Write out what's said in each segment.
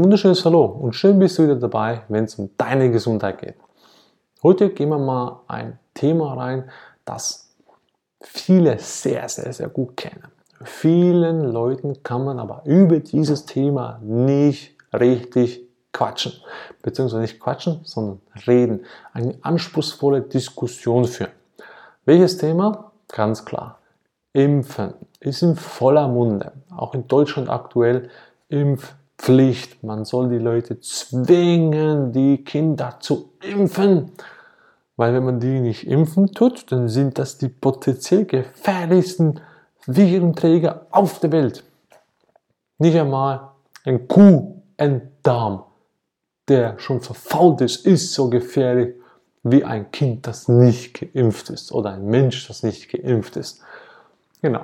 wunderschönes Hallo und schön bist du wieder dabei, wenn es um deine Gesundheit geht. Heute gehen wir mal ein Thema rein, das viele sehr, sehr, sehr gut kennen. Vielen Leuten kann man aber über dieses Thema nicht richtig quatschen. Beziehungsweise nicht quatschen, sondern reden. Eine anspruchsvolle Diskussion führen. Welches Thema? Ganz klar. Impfen ist in voller Munde. Auch in Deutschland aktuell Impfpflicht. Man soll die Leute zwingen, die Kinder zu impfen. Weil wenn man die nicht impfen tut, dann sind das die potenziell gefährlichsten Virenträger auf der Welt. Nicht einmal ein Kuhenddarm, der schon verfault ist so gefährlich wie ein Kind, das nicht geimpft ist oder ein Mensch, das nicht geimpft ist. Genau.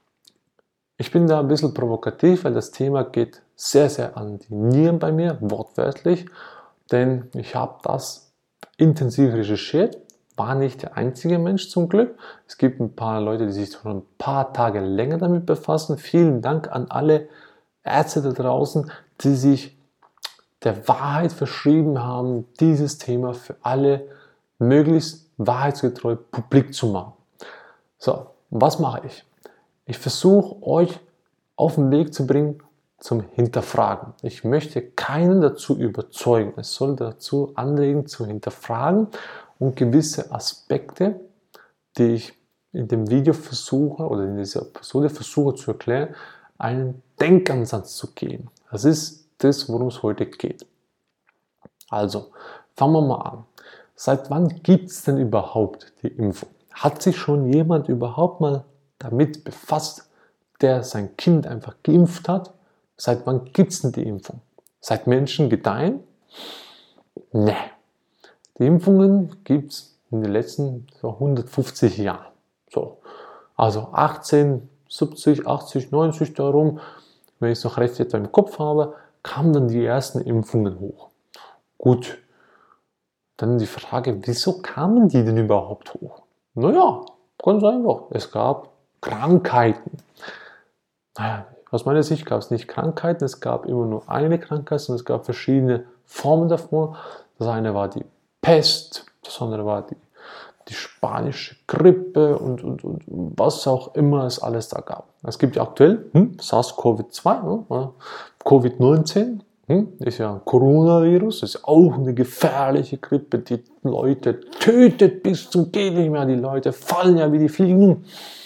Ich bin da ein bisschen provokativ, weil das Thema geht sehr, sehr an die Nieren bei mir, wortwörtlich, denn ich habe das intensiv recherchiert, war nicht der einzige Mensch zum Glück. Es gibt ein paar Leute, die sich schon ein paar Tage länger damit befassen. Vielen Dank an alle Ärzte da draußen, die sich der Wahrheit verschrieben haben, dieses Thema für alle möglichst wahrheitsgetreu publik zu machen. So, was mache ich? Ich versuche euch auf den Weg zu bringen zum Hinterfragen. Ich möchte keinen dazu überzeugen. Es soll dazu anregen, zu hinterfragen und gewisse Aspekte, die ich in dem Video versuche oder in dieser Episode versuche zu erklären, einen Denkansatz zu geben. Das ist das, worum es heute geht. Also, fangen wir mal an. Seit wann gibt es denn überhaupt die Impfung? Hat sich schon jemand überhaupt mal damit befasst, der sein Kind einfach geimpft hat? Seit wann gibt es denn die Impfung? Seit Menschen gedeihen? Nee. Die Impfungen gibt es in den letzten 150 Jahren. So. Also 1870, 80, 90 darum, wenn ich es noch recht etwa im Kopf habe, kamen dann die ersten Impfungen hoch. Gut. Dann die Frage, wieso kamen die denn überhaupt hoch? Naja, ganz einfach. Es gab Krankheiten. Naja, aus meiner Sicht gab es nicht Krankheiten, es gab immer nur eine Krankheit und es gab verschiedene Formen davon. Das eine war die Pest, das andere war die spanische Grippe und was auch immer es alles da gab. Es gibt ja aktuell SARS-CoV-2, Covid-19, ist ja ein Coronavirus, ist auch eine gefährliche Grippe, die Leute tötet bis zum geht nicht mehr, die Leute fallen ja wie die Fliegen.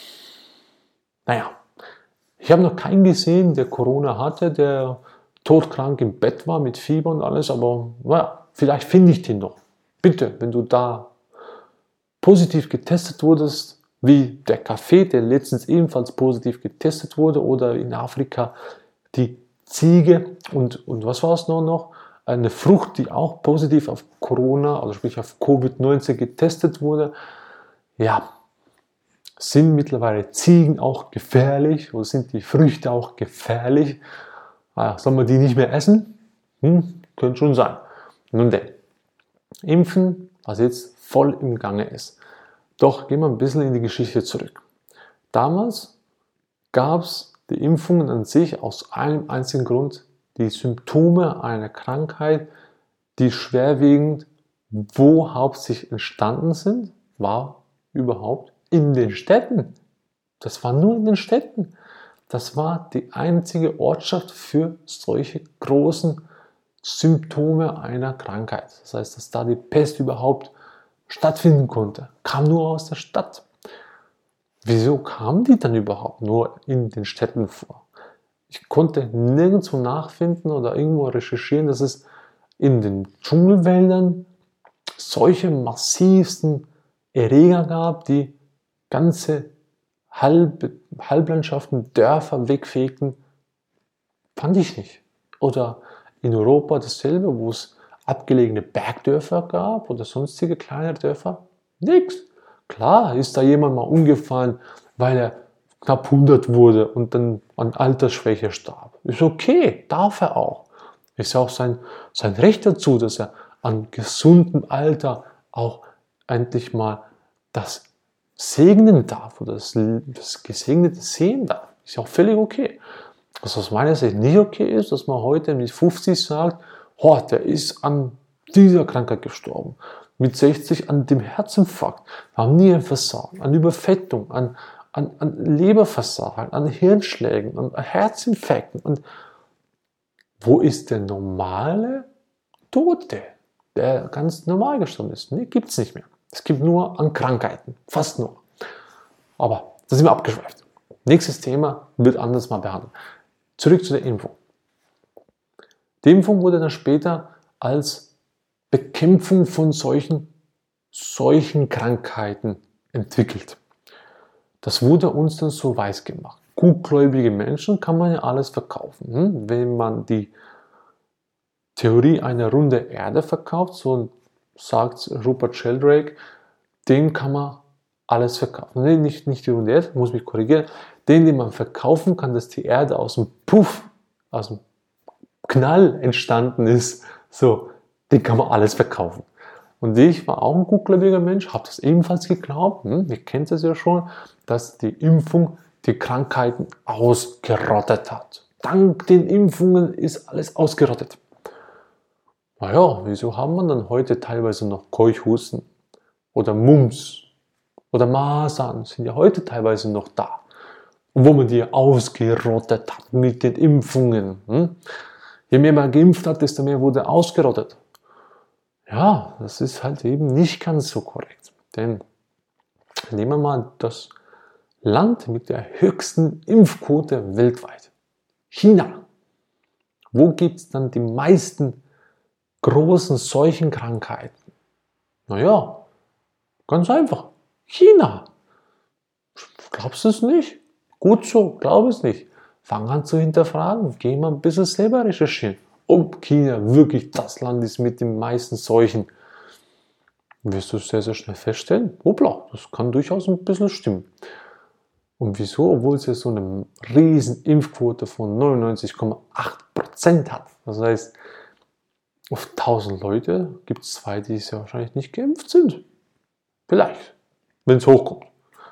Naja, ich habe noch keinen gesehen, der Corona hatte, der todkrank im Bett war mit Fieber und alles, aber naja, vielleicht finde ich den noch. Bitte, wenn du da positiv getestet wurdest, wie der Kaffee, der letztens ebenfalls positiv getestet wurde, oder in Afrika die Ziege und was war es noch? Eine Frucht, die auch positiv auf Corona, also sprich auf Covid-19 getestet wurde. Ja, sind mittlerweile Ziegen auch gefährlich oder sind die Früchte auch gefährlich? Sollen wir die nicht mehr essen? Könnte schon sein. Nun denn, Impfen, was jetzt voll im Gange ist. Doch gehen wir ein bisschen in die Geschichte zurück. Damals gab es die Impfungen an sich aus einem einzigen Grund, die Symptome einer Krankheit, die schwerwiegend wo hauptsächlich entstanden sind, war überhaupt in den Städten. Das war nur in den Städten. Das war die einzige Ortschaft für solche großen Symptome einer Krankheit. Das heißt, dass da die Pest überhaupt stattfinden konnte, kam nur aus der Stadt. Wieso kamen die dann überhaupt nur in den Städten vor? Ich konnte nirgendwo nachfinden oder irgendwo recherchieren, dass es in den Dschungelwäldern solche massivsten Erreger gab, die ganze Halblandschaften, Dörfer wegfegten. Fand ich nicht. Oder in Europa dasselbe, wo es abgelegene Bergdörfer gab oder sonstige kleine Dörfer. Nix. Klar ist da jemand mal umgefallen, weil er knapp 100 wurde und dann an Altersschwäche starb. Ist okay, darf er auch. Ist ja auch sein Recht dazu, dass er an gesundem Alter auch endlich mal das segnen darf oder das Gesegnete sehen darf. Ist ja auch völlig okay. Was aus meiner Sicht nicht okay ist, dass man heute mit 50 sagt, oh, der ist an dieser Krankheit gestorben. Mit 60 an dem Herzinfarkt, an Nierenversagen, an Überfettung, an Leberversagen, an Hirnschlägen, an Herzinfekten. Und wo ist der normale Tote, der ganz normal gestorben ist? Nee, gibt es nicht mehr. Es gibt nur an Krankheiten, fast nur. Aber da sind wir abgeschweift. Nächstes Thema wird anders mal behandelt. Zurück zu der Impfung. Die Impfung wurde dann später als Bekämpfung von solchen Krankheiten entwickelt. Das wurde uns dann so weiß gemacht. Gutgläubige Menschen kann man ja alles verkaufen. Wenn man die Theorie einer runden Erde verkauft, so sagt Rupert Sheldrake, dem kann man alles verkaufen. Nee, nicht die runde Erde, muss mich korrigieren. Den man verkaufen kann, dass die Erde aus dem Puff, aus dem Knall entstanden ist, so, den kann man alles verkaufen. Und ich war auch ein gutgläubiger Mensch, habe das ebenfalls geglaubt. Ihr kennt es ja schon, dass die Impfung die Krankheiten ausgerottet hat. Dank den Impfungen ist alles ausgerottet. Naja, wieso haben wir dann heute teilweise noch Keuchhusten oder Mumps oder Masern, sind ja heute teilweise noch da. Und wo man die ausgerottet hat mit den Impfungen. Je mehr man geimpft hat, desto mehr wurde ausgerottet. Ja, das ist halt eben nicht ganz so korrekt. Denn nehmen wir mal das Land mit der höchsten Impfquote weltweit. China. Wo gibt es dann die meisten großen Seuchenkrankheiten? Naja, ganz einfach. China. Glaubst du es nicht? Gut so, glaub es nicht. Fang an zu hinterfragen. Geh mal ein bisschen selber recherchieren, ob China wirklich das Land ist mit den meisten Seuchen. Wirst du sehr, sehr schnell feststellen, hoppla, das kann durchaus ein bisschen stimmen. Und wieso? Obwohl es ja so eine riesen Impfquote von 99,8% hat. Das heißt, auf 1000 Leute gibt es 2, die sehr wahrscheinlich nicht geimpft sind. Vielleicht, wenn es hochkommt.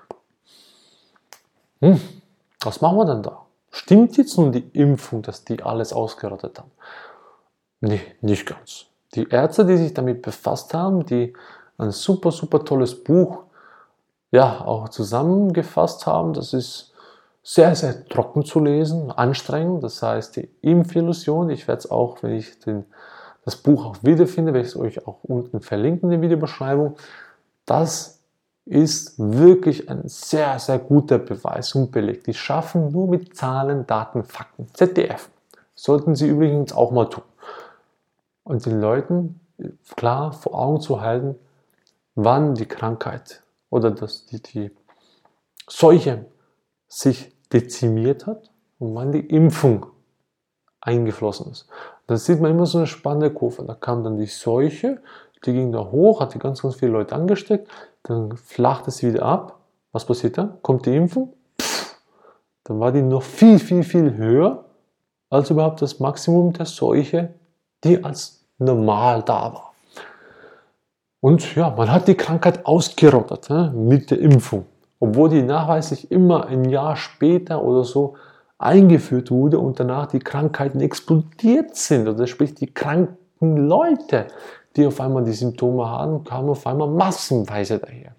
Was machen wir denn da? Stimmt jetzt nun die Impfung, dass die alles ausgerottet haben? Nee, nicht ganz. Die Ärzte, die sich damit befasst haben, die ein super, super tolles Buch auch zusammengefasst haben, das ist sehr, sehr trocken zu lesen, anstrengend. Das heißt, die Impfillusion, ich werde es auch, wenn ich das Buch auch wiederfinde, werde ich es euch auch unten verlinken in der Videobeschreibung. Das ist wirklich ein sehr, sehr guter Beweis und Beleg. Die schaffen nur mit Zahlen, Daten, Fakten. ZDF. Sollten Sie übrigens auch mal tun. Und den Leuten klar vor Augen zu halten, wann die Krankheit oder die Seuche sich dezimiert hat und wann die Impfung eingeflossen ist. Da sieht man immer so eine spannende Kurve. Da kam dann die Seuche, die ging da hoch, hat die ganz, ganz viele Leute angesteckt, dann flacht es wieder ab. Was passiert dann? Kommt die Impfung? Dann war die noch viel, viel, viel höher als überhaupt das Maximum der Seuche, die als normal da war. Und ja, man hat die Krankheit ausgerottet mit der Impfung, obwohl die nachweislich immer ein Jahr später oder so eingeführt wurde und danach die Krankheiten explodiert sind. Oder sprich, die kranken Leute, die auf einmal die Symptome haben, kamen auf einmal massenweise daher.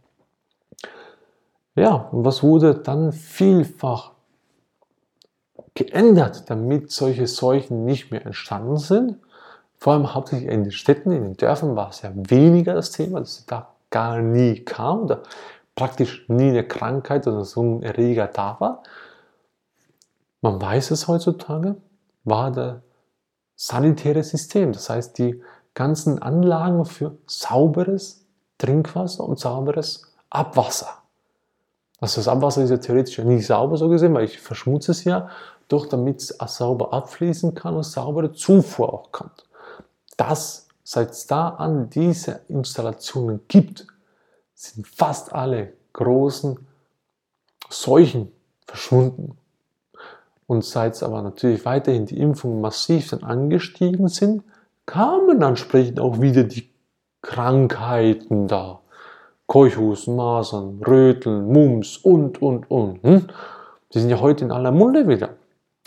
Ja, und was wurde dann vielfach geändert, damit solche Seuchen nicht mehr entstanden sind? Vor allem hauptsächlich in den Städten, in den Dörfern war es ja weniger das Thema, dass da gar nie kam oder praktisch nie eine Krankheit oder so ein Erreger da war. Man weiß es heutzutage, war das sanitäre System. Das heißt, die ganzen Anlagen für sauberes Trinkwasser und sauberes Abwasser. Also das Abwasser ist ja theoretisch nicht sauber so gesehen, weil ich verschmutze es ja, doch damit es sauber abfließen kann und saubere Zufuhr auch kommt. Dass seit es da an diese Installationen gibt, sind fast alle großen Seuchen verschwunden. Und seit es aber natürlich weiterhin die Impfungen massiv dann angestiegen sind, kamen entsprechend auch wieder die Krankheiten da. Keuchhusten, Masern, Röteln, Mumps und. Die sind ja heute in aller Munde wieder.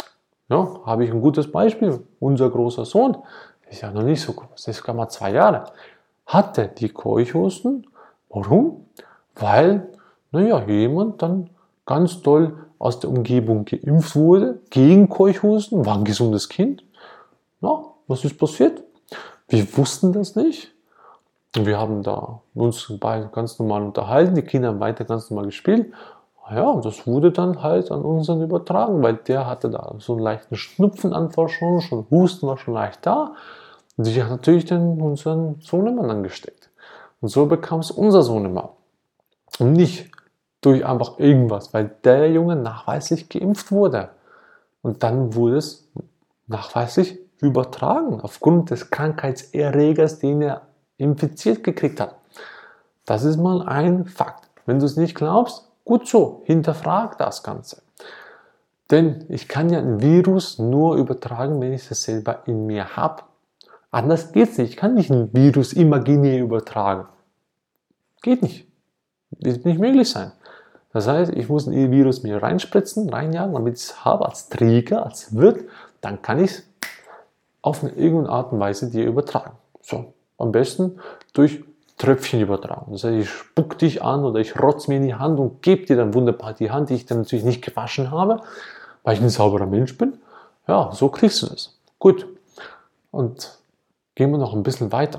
Ja, habe ich ein gutes Beispiel. Unser großer Sohn, der ist ja noch nicht so groß, der ist gerade mal 2 Jahre, hatte die Keuchhusten. Warum? Weil, naja, jemand dann ganz doll aus der Umgebung geimpft wurde gegen Keuchhusten, war ein gesundes Kind. Ja, was ist passiert? Wir wussten das nicht. Und wir haben da uns beide ganz normal unterhalten, die Kinder haben weiter ganz normal gespielt. Ja, und das wurde dann halt an unseren übertragen, weil der hatte da so einen leichten Schnupfenanfall schon Husten war schon leicht da. Und die hat natürlich dann unseren Sohnemann angesteckt. Und so bekam es unser Sohnemann. Und nicht durch einfach irgendwas, weil der Junge nachweislich geimpft wurde. Und dann wurde es nachweislich übertragen, aufgrund des Krankheitserregers, den er infiziert gekriegt hat. Das ist mal ein Fakt. Wenn du es nicht glaubst, gut so, hinterfrag das Ganze. Denn ich kann ja ein Virus nur übertragen, wenn ich es selber in mir habe. Anders geht es nicht. Ich kann nicht ein Virus imaginär übertragen. Geht nicht. Wird nicht möglich sein. Das heißt, ich muss ein Virus mir reinspritzen, reinjagen, damit ich es habe als Träger, als Wirt. Dann kann ich es auf eine irgendeine Art und Weise dir übertragen. So, am besten durch Tröpfchen übertragen. Das heißt, ich spuck dich an oder ich rotze mir in die Hand und gebe dir dann wunderbar die Hand, die ich dann natürlich nicht gewaschen habe, weil ich ein sauberer Mensch bin. Ja, so kriegst du das. Gut. Und gehen wir noch ein bisschen weiter.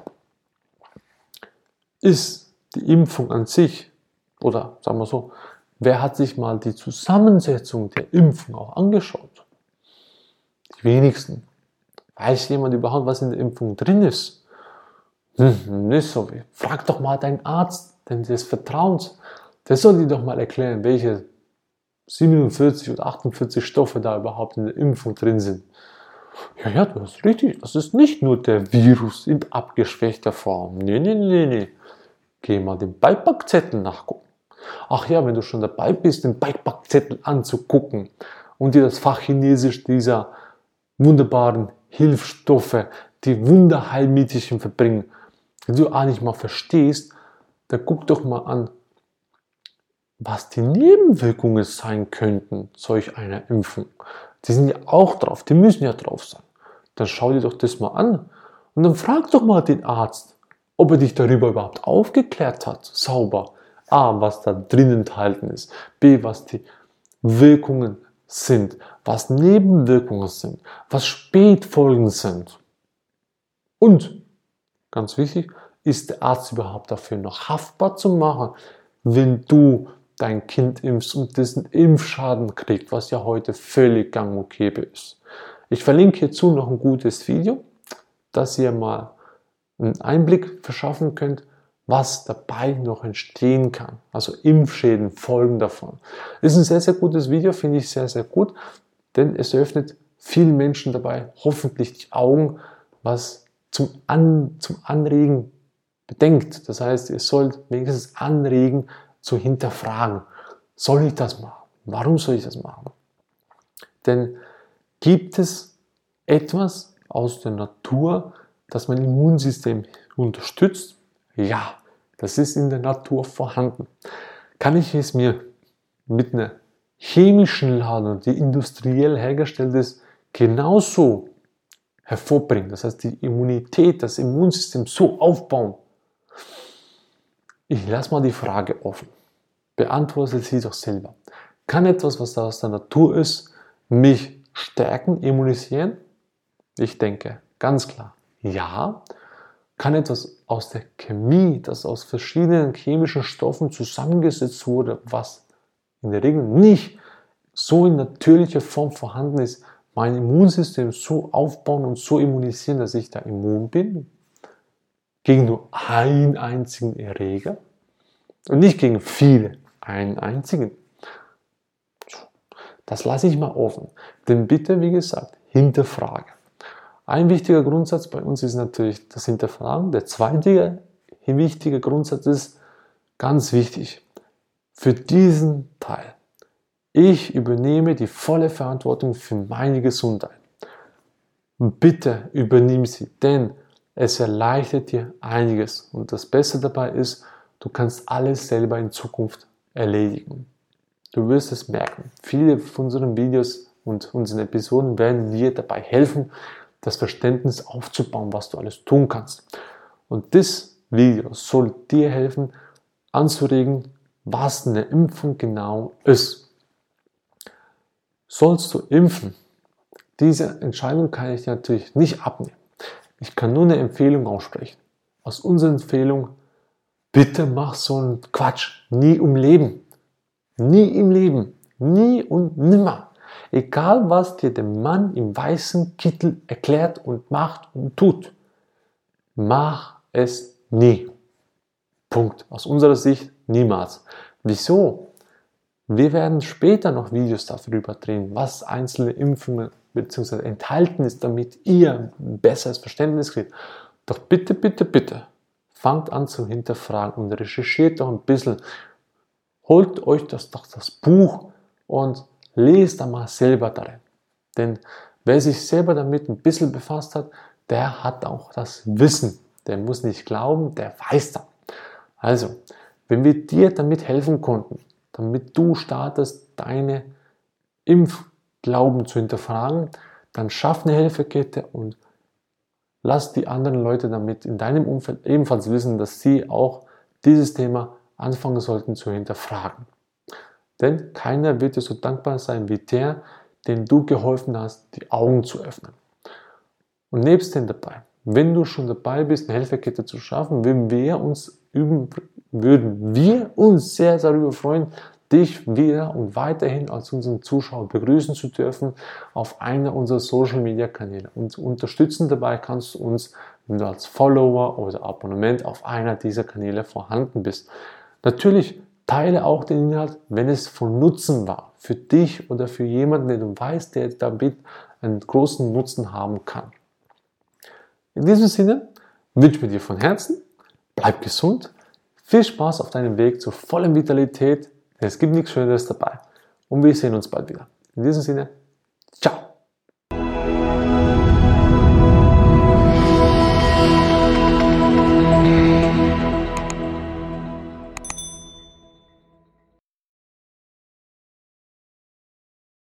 Ist die Impfung an sich, oder sagen wir so, wer hat sich mal die Zusammensetzung der Impfung auch angeschaut? Die wenigsten. Weiß jemand überhaupt, was in der Impfung drin ist? Nicht so. Frag doch mal deinen Arzt, des Vertrauens. Der soll dir doch mal erklären, welche 47 oder 48 Stoffe da überhaupt in der Impfung drin sind. Ja, du hast richtig. Das ist nicht nur der Virus in abgeschwächter Form. Nee. Geh mal den Beipackzettel nachgucken. Ach ja, wenn du schon dabei bist, den Beipackzettel anzugucken und dir das Fachchinesisch dieser wunderbaren Hilfsstoffe, die Wunderheilmittelchen verbringen, wenn du auch nicht mal verstehst, dann guck doch mal an, was die Nebenwirkungen sein könnten, solch einer Impfung. Die sind ja auch drauf, die müssen ja drauf sein. Dann schau dir doch das mal an und dann frag doch mal den Arzt, ob er dich darüber überhaupt aufgeklärt hat, sauber. A, was da drin enthalten ist. B, was die Wirkungen sind, was Nebenwirkungen sind, was Spätfolgen sind. Und, ganz wichtig, ist der Arzt überhaupt dafür noch haftbar zu machen, wenn du dein Kind impfst und dessen Impfschaden kriegt, was ja heute völlig gang und gäbe ist. Ich verlinke hierzu noch ein gutes Video, dass ihr mal einen Einblick verschaffen könnt, was dabei noch entstehen kann. Also Impfschäden, Folgen davon. Das ist ein sehr, sehr gutes Video, finde ich sehr, sehr gut, denn es öffnet vielen Menschen dabei hoffentlich die Augen, was zum Anregen bedenkt. Das heißt, ihr sollt wenigstens anregen, zu hinterfragen. Soll ich das machen? Warum soll ich das machen? Denn gibt es etwas aus der Natur, das mein Immunsystem unterstützt? Ja, das ist in der Natur vorhanden. Kann ich es mir mit einer chemischen Ladung, die industriell hergestellt ist, genauso hervorbringen? Das heißt, die Immunität, das Immunsystem so aufbauen? Ich lasse mal die Frage offen. Beantworte sie doch selber. Kann etwas, was da aus der Natur ist, mich stärken, immunisieren? Ich denke, ganz klar, ja. Kann etwas aus der Chemie, das aus verschiedenen chemischen Stoffen zusammengesetzt wurde, was in der Regel nicht so in natürlicher Form vorhanden ist, mein Immunsystem so aufbauen und so immunisieren, dass ich da immun bin? Gegen nur einen einzigen Erreger? Und nicht gegen viele, einen einzigen. Das lasse ich mal offen. Denn bitte, wie gesagt, hinterfrage. Ein wichtiger Grundsatz bei uns ist natürlich das Hinterfragen. Der zweite wichtige Grundsatz ist ganz wichtig. Für diesen Teil. Ich übernehme die volle Verantwortung für meine Gesundheit. Bitte übernimm sie, denn es erleichtert dir einiges. Und das Beste dabei ist, du kannst alles selber in Zukunft erledigen. Du wirst es merken. Viele von unseren Videos und unseren Episoden werden dir dabei helfen, das Verständnis aufzubauen, was du alles tun kannst. Und das Video soll dir helfen, anzuregen, was eine Impfung genau ist. Sollst du impfen? Diese Entscheidung kann ich dir natürlich nicht abnehmen. Ich kann nur eine Empfehlung aussprechen. Aus unserer Empfehlung, bitte mach so einen Quatsch. Nie im Leben. Nie im Leben. Nie und nimmer. Egal, was dir der Mann im weißen Kittel erklärt und macht und tut. Mach es nie. Punkt. Aus unserer Sicht niemals. Wieso? Wir werden später noch Videos darüber drehen, was einzelne Impfungen bzw. enthalten ist, damit ihr ein besseres Verständnis kriegt. Doch bitte, bitte, bitte, fangt an zu hinterfragen und recherchiert doch ein bisschen. Holt euch das Buch und lest da mal selber darin. Denn wer sich selber damit ein bisschen befasst hat, der hat auch das Wissen. Der muss nicht glauben, der weiß das. Also, wenn wir dir damit helfen konnten, damit du startest, deine Impfglauben zu hinterfragen, dann schaff eine Hilfekette und lass die anderen Leute damit in deinem Umfeld ebenfalls wissen, dass sie auch dieses Thema anfangen sollten zu hinterfragen. Denn keiner wird dir so dankbar sein wie der, dem du geholfen hast, die Augen zu öffnen. Und nebst dem dabei, wenn du schon dabei bist, eine Hilfekette zu schaffen, würden wir uns sehr darüber freuen, dich wieder und weiterhin als unseren Zuschauer begrüßen zu dürfen auf einer unserer Social Media Kanäle. Und unterstützen dabei kannst du uns, wenn du als Follower oder Abonnement auf einer dieser Kanäle vorhanden bist. Natürlich teile auch den Inhalt, wenn es von Nutzen war, für dich oder für jemanden, den du weißt, der damit einen großen Nutzen haben kann. In diesem Sinne wünsche ich mir dir von Herzen, bleib gesund, viel Spaß auf deinem Weg zur vollen Vitalität, denn es gibt nichts Schöneres dabei. Und wir sehen uns bald wieder. In diesem Sinne,